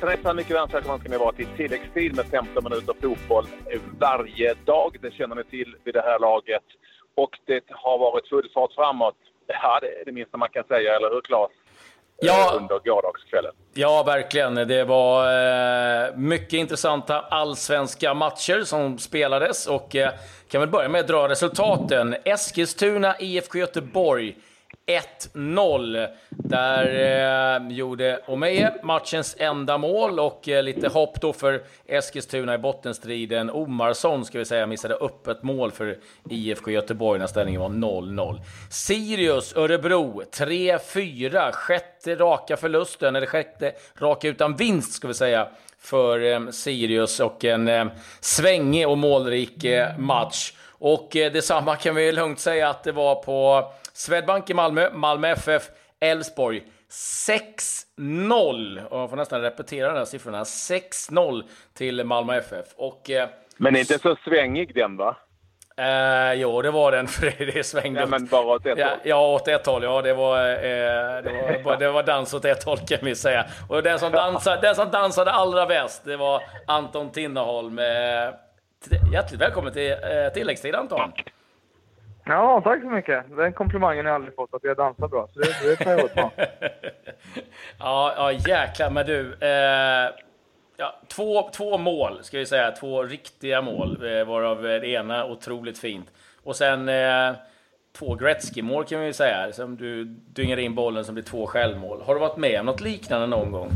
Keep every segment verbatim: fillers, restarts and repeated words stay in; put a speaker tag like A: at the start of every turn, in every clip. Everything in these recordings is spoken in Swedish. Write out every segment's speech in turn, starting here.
A: Sen är det mycket varmt att man ska vara till tilläggstid med femton minuter fotboll varje dag. Det känner ni till vid det här laget. Och det har varit full fart framåt. Ja, det är det minsta man kan säga, eller hur Claes?
B: Ja,
A: under gårdagskvällen.
B: Ja, verkligen. Det var eh, mycket intressanta allsvenska matcher som spelades. Och eh, kan väl börja med att dra resultaten. Eskilstuna I F K Göteborg ett noll. Där eh, gjorde Omeje matchens enda mål. Och eh, lite hopp då för Eskilstuna i bottenstriden. Omarsson ska vi säga missade upp ett mål för I F K Göteborg när ställningen var noll noll. Sirius Örebro tre fyra. Sjätte raka förlusten. Eller sjätte raka utan vinst ska vi säga. För eh, Sirius. Och en eh, svängig och målrik eh, match. Och eh, detsamma kan vi lugnt säga att det var på Swedbank i Malmö, Malmö F F, Elfsborg sex noll. Och jag får nästan repetera de här siffrorna. sex noll till Malmö F F. Och, eh,
A: men inte så svängig den, va?
B: Eh, jo, det var den, för det svängde.
A: Ja, men bara åt ett
B: ja,
A: håll.
B: Ja, åt ett håll. Ja, det var, eh, det var, det var dans åt ett håll kan vi säga. Och den som dansade, den som dansade allra bäst, det var Anton Tinnerholm. Eh, hjärtligt välkommen till eh, tilläggstid, Anton.
C: Ja, tack så mycket. Den komplimangen har jag aldrig fått, att jag dansar bra. Så det, det tar jag åt på.
B: ja, ja, jäklar. Men du, eh, ja, två, två mål ska vi säga. Två riktiga mål, eh, varav det ena otroligt fint. Och sen eh, två Gretzky-mål kan vi säga. Som du dyngar in bollen som blir två självmål. Har du varit med om något liknande någon gång?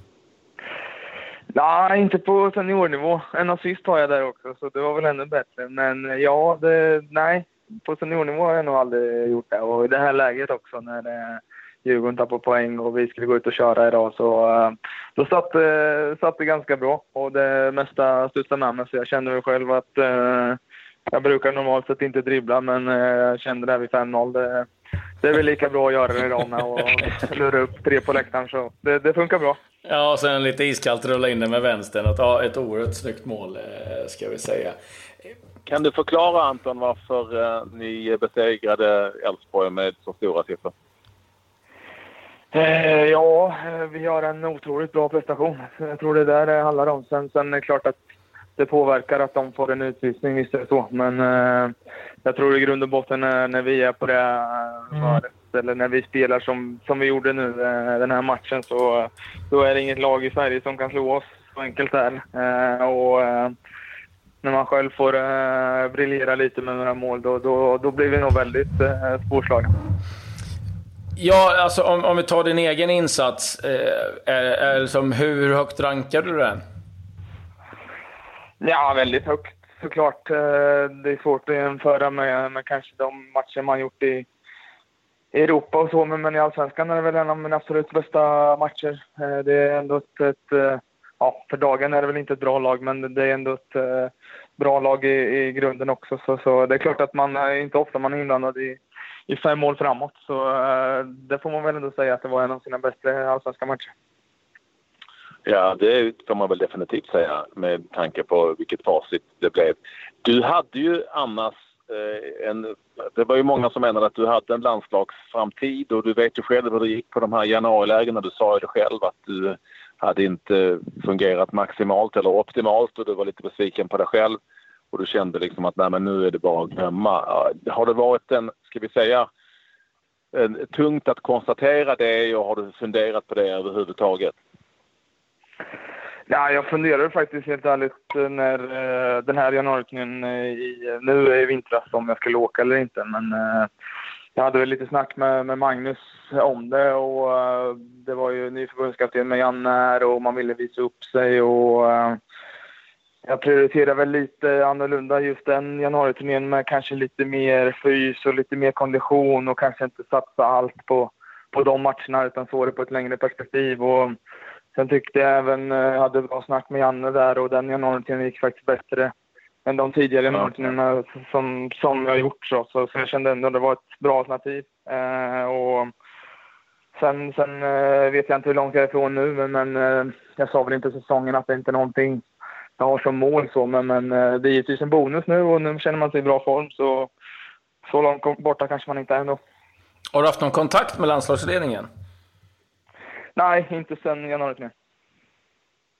C: Nej, inte på seniornivå. En assist har jag där också, så det var väl ännu bättre. Men ja, det, nej. På seniornivå har jag nog aldrig gjort det. Och i det här läget också när eh, Djurgården tappade poäng och vi skulle gå ut och köra idag, så eh, då satt, eh, satt det ganska bra. Och det mesta studsade med mig, så jag kände väl själv att eh, jag brukar normalt sett inte dribbla, men eh, jag kände det vid fem noll. Det, det är väl lika bra att göra det idag med och lura upp tre på läktaren, så det, det funkar bra.
B: Ja, och sen lite iskallt rulla in det med vänstern. Att, ja, ett oerhört snyggt mål ska vi säga.
A: Kan du förklara, Anton, varför eh, ni besegrade Elfsborg med så stora siffror?
C: Eh, ja, vi gör en otroligt bra prestation. Jag tror det där det handlar om. Sen, sen är det klart att det påverkar att de får en utvisning, visst är det så. Men eh, jag tror i grund och botten när, när vi är på det eh, eller när vi spelar som, som vi gjorde nu eh, den här matchen, så då är det inget lag i Sverige som kan slå oss. Så enkelt är eh, och eh, när man själv får eh, briljera lite med några mål, då, då, då blir vi nog väldigt eh, spårslagna.
B: Ja, alltså om, om vi tar din egen insats, eh, är, är liksom, hur högt rankar du den?
C: Ja, väldigt högt såklart. Eh, det är svårt att jämföra med, med kanske de matcher man gjort i, i Europa och så, men, men i Allsvenskan är det väl en av mina absolut bästa matcher. Eh, det är ändå ett, ett eh, ja, för dagen är det väl inte ett bra lag, men det är ändå ett eh, bra lag i, i grunden också. Så, så det är klart att man är inte ofta man är inblandad i, i fem mål framåt. Så eh, det får man väl ändå säga att det var en av sina bästa allsvenska matcher.
A: Ja, det får man väl definitivt säga med tanke på vilket facit det blev. Du hade ju annars eh, en... Det var ju många som menade att du hade en landslagsframtid, och du vet ju själv hur det gick på de här januarilägena. Du sa ju det själv att du hade inte fungerat maximalt eller optimalt, och du var lite besviken på dig själv. Och du kände liksom att nej, men nu är det bara att glömma. Har det varit en, ska vi säga, en, tungt att konstatera det, och har du funderat på det överhuvudtaget?
C: Ja, jag funderade faktiskt helt ärligt när uh, den här januariturnén i, nu i vintras om jag skulle åka eller inte. Men uh, jag hade väl lite snack med, med Magnus om det, och uh, det var ju ny förbundskapten med Janne här, och man ville visa upp sig, och uh, jag prioriterar väl lite annorlunda just den januariturnén med kanske lite mer fys och lite mer kondition, och kanske inte satsa allt på, på de matcherna utan så det på ett längre perspektiv. Och sen tyckte jag även, jag hade bra snack med Janne där, och den januariturnén gick faktiskt bättre än de tidigare januariturnéerna som, som jag gjort. Så, så, så jag kände ändå att det var ett bra alternativ. Eh, och sen sen eh, vet jag inte hur långt jag är ifrån nu, men, men eh, jag sa väl inte säsongen att det inte är någonting jag har som mål, så, men, men det är givetvis en bonus nu, och nu känner man sig i bra form, så så långt borta kanske man inte är ändå.
B: Har du haft någon kontakt med landslagsledningen?
C: Nej, inte sen januari.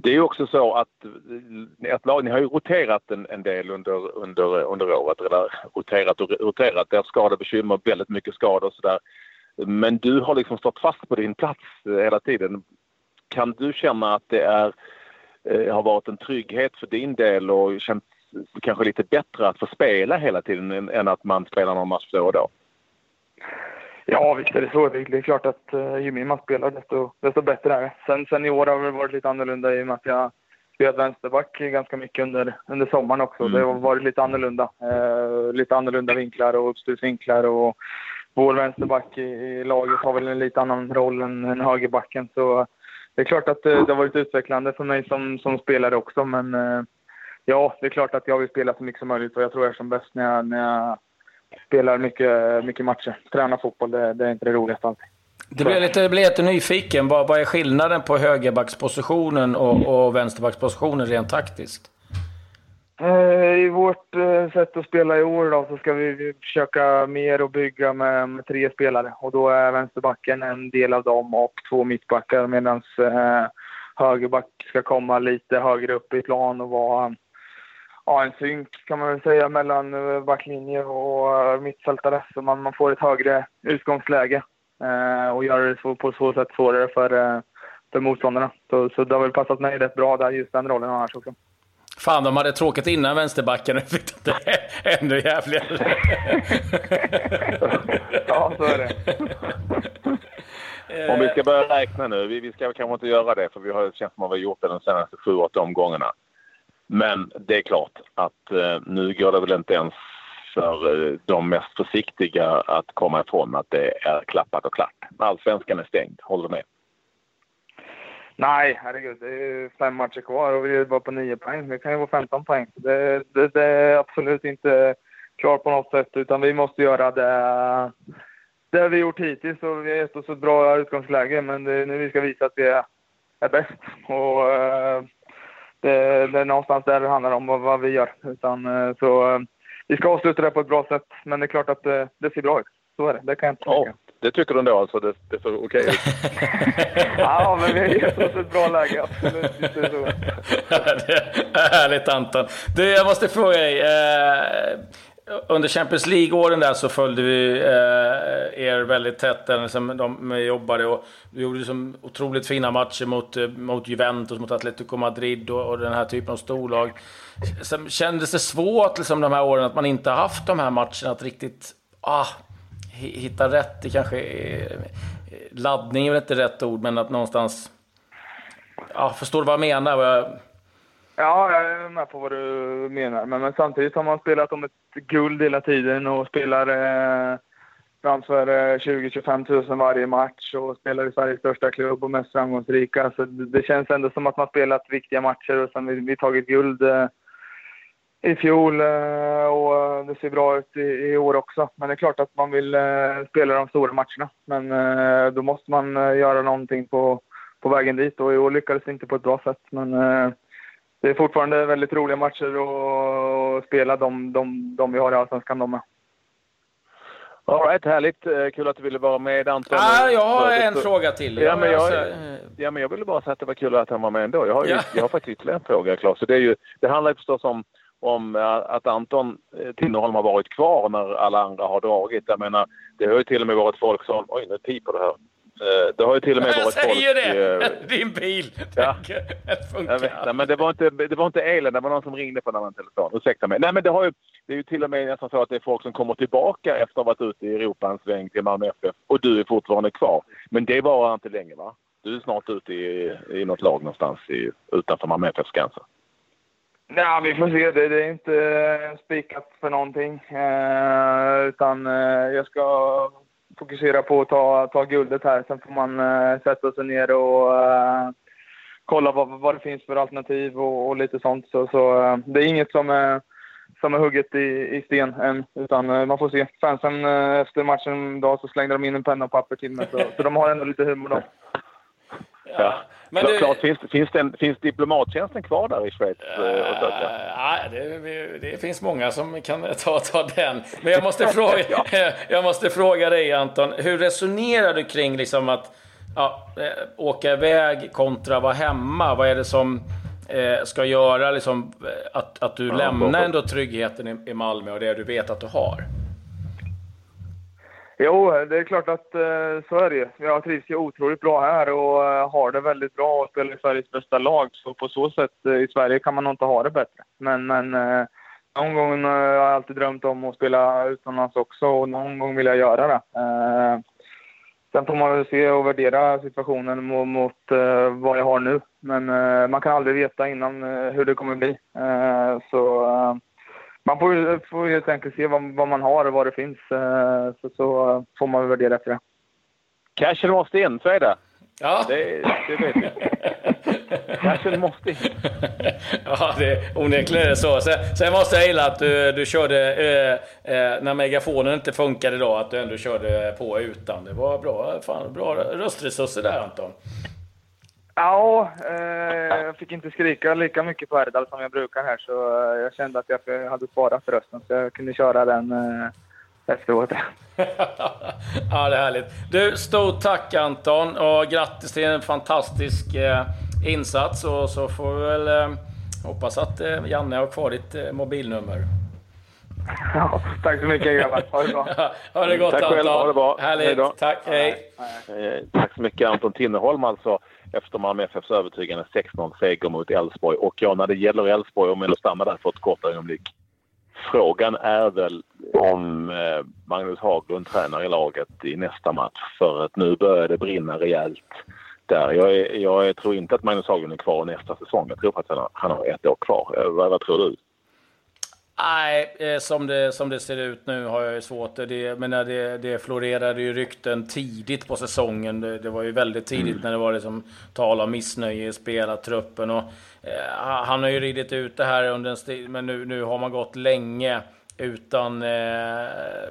A: Det är ju också så att ett lag, ni har ju roterat en, en del under, under, under året. Eller roterat och roterat. Det är skadebekymmer, väldigt mycket skador och sådär. Men du har liksom stått fast på din plats hela tiden. Kan du känna att det är, eh, har varit en trygghet för din del och känns kanske lite bättre att få spela hela tiden än, än att man spelar någon match då och då?
C: Ja, visst är det så. Det är klart att uh, ju mer man spelar desto, desto bättre är det. Sen, sen i år har det varit lite annorlunda i och med att jag spelat vänsterback ganska mycket under, under sommaren också. Mm. Det har varit lite annorlunda. Uh, lite annorlunda vinklar och uppstudsvinklar och vår vänsterback i, i laget har väl en lite annan roll än, än högerbacken. Så det är klart att uh, det har varit utvecklande för mig som, som spelare också. Men uh, ja, det är klart att jag vill spela så mycket som möjligt och jag tror jag är som bäst när jag, när jag spelar mycket, mycket matcher. Tränar fotboll, det, det är inte det roligaste alltid.
B: Det blir lite, blir lite nyfiken. Vad, vad är skillnaden på högerbackspositionen och, och vänsterbackspositionen rent taktiskt?
C: Eh, I vårt eh, sätt att spela i år då, så ska vi försöka mer och bygga med, med tre spelare. Och då är vänsterbacken en del av dem och två mittbackar. Medan eh, högerback ska komma lite högre upp i plan och vara ja, en synk kan man väl säga mellan backlinje och mittfältare. Så man, man får ett högre utgångsläge eh, och gör det så, på så sätt svårare för, eh, för motståndarna. Så, så det har väl passat mig rätt bra där, just den rollen annars också.
B: Fan, de hade tråkigt innan vänsterbacken och fick det ännu jävligare.
C: Ja, så är det.
A: Om vi ska börja räkna nu, vi, vi ska kanske inte göra det för vi har känt som att vi har gjort det de senaste sju, åtta omgångarna. Men det är klart att eh, nu går det väl inte ens för eh, de mest försiktiga att komma ifrån att det är klappat och klart. Allsvenskan är stängd, håller du med?
C: Nej, herregud. Det är fem matcher kvar och vi är bara på nio poäng. Det kan ju vara femton poäng. Det, det, det är absolut inte klart på något sätt utan vi måste göra det, det har vi gjort hittills och vi har gett oss ett bra utgångsläge men det är nu vi ska visa att vi är, är bäst. Och eh, Det, det är någonstans där det handlar om vad, vad vi gör. Utan, så, vi ska avsluta det på ett bra sätt. Men det är klart att det, det ser bra ut. Så är det. Det kan jag inte
A: ja,
C: tänka.
A: Det tycker du ändå alltså? Det, det ser okej ut?
C: Ja, men vi har gett oss ett bra läge. Absolut. Det är så.
B: Det är härligt, Anton. Du, jag måste fråga dig. Eh, under Champions League-åren där så följde vi eh, er väldigt tätt där som de jobbade och vi gjorde liksom otroligt fina matcher mot, mot Juventus, mot Atletico Madrid och, och den här typen av storlag. Sen kändes det svårt liksom, de här åren att man inte haft de här matcherna att riktigt ah, hitta rätt. Det kanske är, laddning är väl inte rätt ord, men att någonstans ja, förstår du vad jag menar?
C: Ja, jag är med på vad du menar. Men, men samtidigt har man spelat om ett guld hela tiden och spelar eh, framför eh, tjugo till tjugofem tusen varje match och spelar i Sveriges största klubb och mest framgångsrika. Så det, det känns ändå som att man spelat viktiga matcher och sen vi, vi tagit guld eh, i fjol eh, och det ser bra ut i, i år också. Men det är klart att man vill eh, spela de stora matcherna. Men eh, då måste man eh, göra någonting på, på vägen dit och i år lyckades det inte på ett bra sätt. Men eh, det är fortfarande väldigt roliga matcher att spela de, de, de vi har i Allsvenskan de med.
A: All right, härligt. Kul att du ville vara med, Anton.
B: Ah, jag har en så... fråga till.
A: Ja men jag, ja, men jag ville bara säga att det var kul att han var med ändå. Jag har, ju, ja. jag har faktiskt ytterligare en fråga, Claes. Så det, är ju, det handlar ju förstås om, om att Anton Tinnerholm har varit kvar när alla andra har dragit. Jag menar, det har ju till och med varit folk som... Oj, nu piper det här. Det har ju till och med varit
B: jag säger
A: folk...
B: det! Din bil!
A: Ja. Jag vet, nej, men det var inte, det var inte Elin, det var någon som ringde på en annan telefon. Ursäkta mig. Nej, men det, har ju, det är ju till och med nästan så att det är folk som kommer tillbaka efter att ha varit ute i Europa en sväng till Malmö F F. Och du är fortfarande kvar. Men det var inte länge, va? Du är snart ute i, i något lag någonstans i, utanför Malmö F F:s gränser.
C: Ja, vi får se. Det, det är inte spikat för någonting. Eh, utan eh, jag ska... fokusera på att ta, ta guldet här. Sen får man uh, sätta sig ner och uh, kolla vad, vad det finns för alternativ och, och lite sånt. Så, så uh, det är inget som är, som är hugget i, i sten än. Utan uh, man får se. Fansen uh, efter matchen idag så slängde de in en penna och papper till mig. Så, så de har ändå lite humor då.
A: Ja. Men du... Klart, finns, finns, den, finns diplomattjänsten kvar där i Schweiz? Uh,
B: ja, det, det finns många som kan ta, ta den. Men jag måste, fråga, ja. jag måste fråga dig, Anton. Hur resonerar du kring liksom att ja, eh, åka iväg kontra vara hemma, vad är det som eh, ska göra liksom, att, att du ja, lämnar ändå tryggheten i, i Malmö och det du vet att du har?
C: Jo, det är klart att eh, så är det. Jag trivs ju otroligt bra här och eh, har det väldigt bra och spelar i Sveriges bästa lag. Så på så sätt eh, i Sverige kan man nog inte ha det bättre. Men, men eh, någon gång eh, har jag alltid drömt om att spela utomlands också och någon gång vill jag göra det. Eh, sen får man väl se och värdera situationen mot, mot eh, vad jag har nu. Men eh, man kan aldrig veta innan eh, hur det kommer bli. Eh, så... Eh, Man får, får helt enkelt se vad, vad man har och vad det finns. Så, så får man värdera efter det.
A: Cashen måste in, så är det.
B: Ja.
A: Det, det vet vi. Cashen måste in.
B: Ja, det onekligen är det så. Sen, sen måste jag gilla att du, du körde, eh, eh, när megafonen inte funkade idag, att du ändå körde på utan. Det var bra, fan, bra röstresurser där, Anton.
C: Ja, eh, jag fick inte skrika lika mycket på Erdal som jag brukar här, så eh, jag kände att jag hade sparat rösten så jag kunde köra den eh, efteråt.
B: Ja, det är härligt. Du, stort tack Anton och grattis till en fantastisk eh, insats och så får vi väl eh, hoppas att eh, Janne har kvar ditt eh, mobilnummer.
C: Ja, tack så mycket grabbar. Ha det bra.
B: Ja, ha det gott,
A: tack
B: Anton.
A: Själv, ha det bra.
B: Härligt. Tack, hej.
A: hej. Tack så mycket Anton Tinnerholm alltså. Efter Malmö F F:s övertygande sex noll-seger mot Elfsborg. Och ja, när det gäller Elfsborg, om jag stannar där för ett kort ögonblick. Frågan är väl om eh, Magnus Haglund tränar i laget i nästa match. För att nu börjar det brinna rejält där. Jag, är, jag tror inte att Magnus Haglund är kvar nästa säsong. Jag tror att han har, han har ett år kvar. Eh, vad, vad tror du?
B: Nej, eh, som, det, som det ser ut nu har jag ju svårt. Det, men när det, det florerade ju rykten tidigt på säsongen. Det, det var ju väldigt tidigt mm. när det var liksom tal om missnöje i spelartruppen. Och, eh, han har ju ridit ut det här under en stil, men nu, nu har man gått länge utan eh,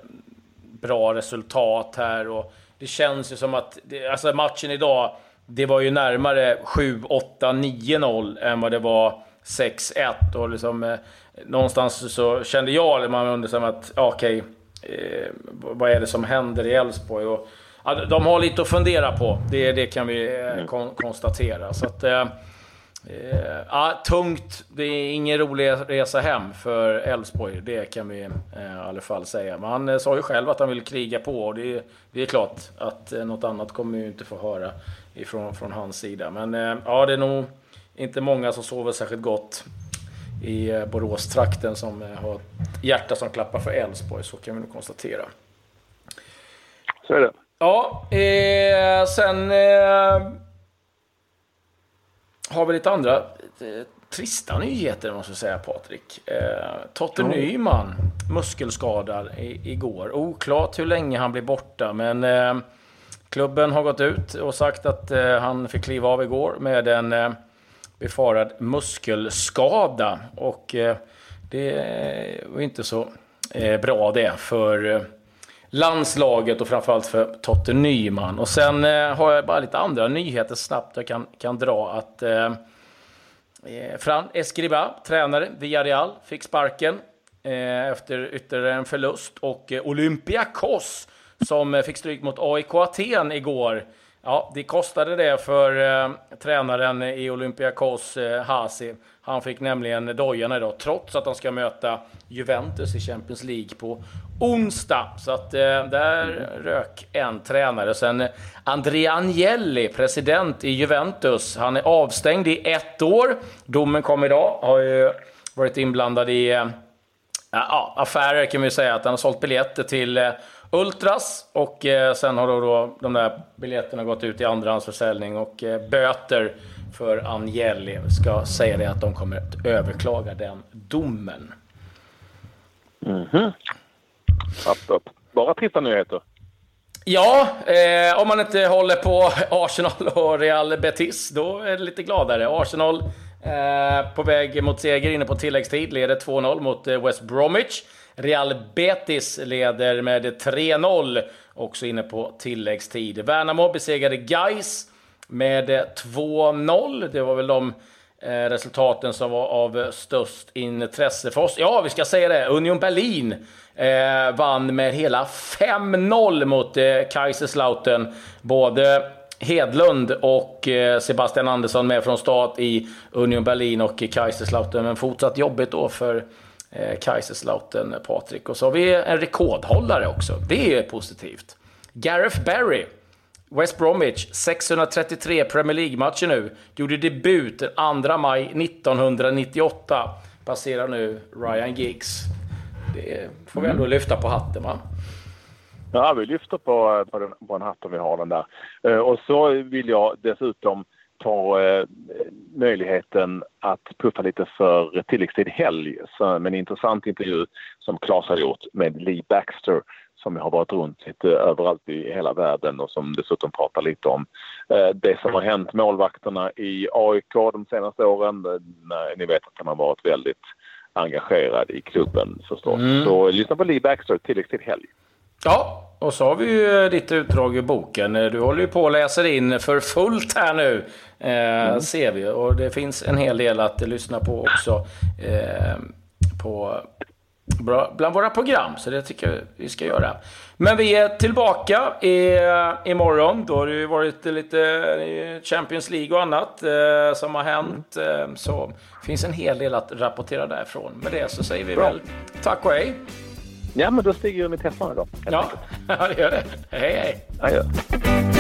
B: bra resultat här. Och det känns ju som att det, alltså matchen idag, det var ju närmare sju åtta nio noll än vad det var sex ett och liksom eh, någonstans så kände jag man undrar som att okej, okay, eh, vad är det som händer i Elfsborg och ja, de har lite att fundera på. Det, det kan vi eh, kon- konstatera. Så att eh, eh, ja, tungt. Det är ingen rolig resa hem för Elfsborg. Det kan vi eh, i alla fall säga. Men han eh, sa ju själv att han vill kriga på och det, det är klart att eh, något annat kommer ju inte få höra ifrån från hans sida. Men eh, ja, det är nog inte många som sover särskilt gott i Borås-trakten som har ett hjärta som klappar för Elfsborg, så kan vi nog konstatera.
A: Så är det.
B: Ja, eh, sen eh, har vi lite andra eh, trista nyheter måste jag säga, Patrik. Eh, Totte mm. Nyman muskelskadad i, igår. Oklart hur länge han blir borta, men eh, klubben har gått ut och sagt att eh, han fick kliva av igår med en eh, befarad muskelskada och eh, det var inte så eh, bra det för eh, landslaget och framförallt för Totte Nyman. Och sen eh, har jag bara lite andra nyheter snabbt jag kan, kan dra att eh, Fran Escribá, tränare Villarreal, fick sparken eh, efter ytterligare en förlust och eh, Olympiakos som eh, fick stryk mot A I K Aten igår. Ja, det kostade det för eh, tränaren i Olympiakos, eh, Hasi. Han fick nämligen dojan idag, trots att han ska möta Juventus i Champions League på onsdag. Så att eh, där rök en tränare. Sen eh, Andrea Agnelli, president i Juventus. Han är avstängd i ett år. Domen kom idag. Har ju varit inblandad i eh, ja, affärer kan vi säga. Att han har sålt biljetter till eh, Ultras och eh, sen har då, då de där biljetterna gått ut i andrahandsförsäljning och eh, böter för Agnelli. Ska säga det att de kommer att överklaga den domen.
A: Mhm. Bara trista nyheter.
B: Ja, eh, om man inte håller på Arsenal och Real Betis, då är det lite gladare. Arsenal eh, på väg mot seger inne på tilläggstid, leder två noll mot eh, West Bromwich. Real Betis leder med tre noll, också inne på tilläggstid. Värnamo besegrade Gais med två noll. Det var väl de eh, resultaten som var av störst intresse för oss. Ja, vi ska säga det. Union Berlin eh, vann med hela fem noll mot eh, Kaiserslautern. Både Hedlund och Sebastian Andersson med från start i Union Berlin och Kaiserslautern. Men fortsatt jobbigt då för Kaiserslautern, Patrik. Och så har vi en rekordhållare också. Det är positivt. Gareth Barry, West Bromwich, sexhundratrettiotre Premier League-matcher nu. Gjorde debut den andra maj nittonhundranittioåtta. Passerar nu Ryan Giggs. Det får vi ändå lyfta på hatten, va?
A: Ja, vi lyfter på, på, den, på en hatt om vi har den där. Uh, och så vill jag dessutom ta uh, möjligheten att puffa lite för tilläggstid helg. Så, med en intressant intervju som Claes har gjort med Lee Baxter, som har varit runt lite överallt i hela världen och som dessutom pratar lite om uh, det som har hänt målvakterna i A I K de senaste åren. Uh, ni vet att de har varit väldigt engagerad i klubben förstås. Mm. Så lyssna på Lee Baxter, tilläggstid helg.
B: Ja, och så har vi ju ditt utdrag i boken. Du håller ju på att läsa in för fullt här nu, eh, mm. ser vi. Och det finns en hel del att lyssna på också eh, på, bland våra program. Så det tycker jag vi ska göra. Men vi är tillbaka i, imorgon. Då har det ju varit lite Champions League och annat eh, som har hänt. Eh, så det finns en hel del att rapportera därifrån. Med det så säger vi Bra. väl tack och hej.
A: Ja, men då stiger jag med testarna då.
B: Ja, det gör det. Hej, hej.
A: Ja, ja.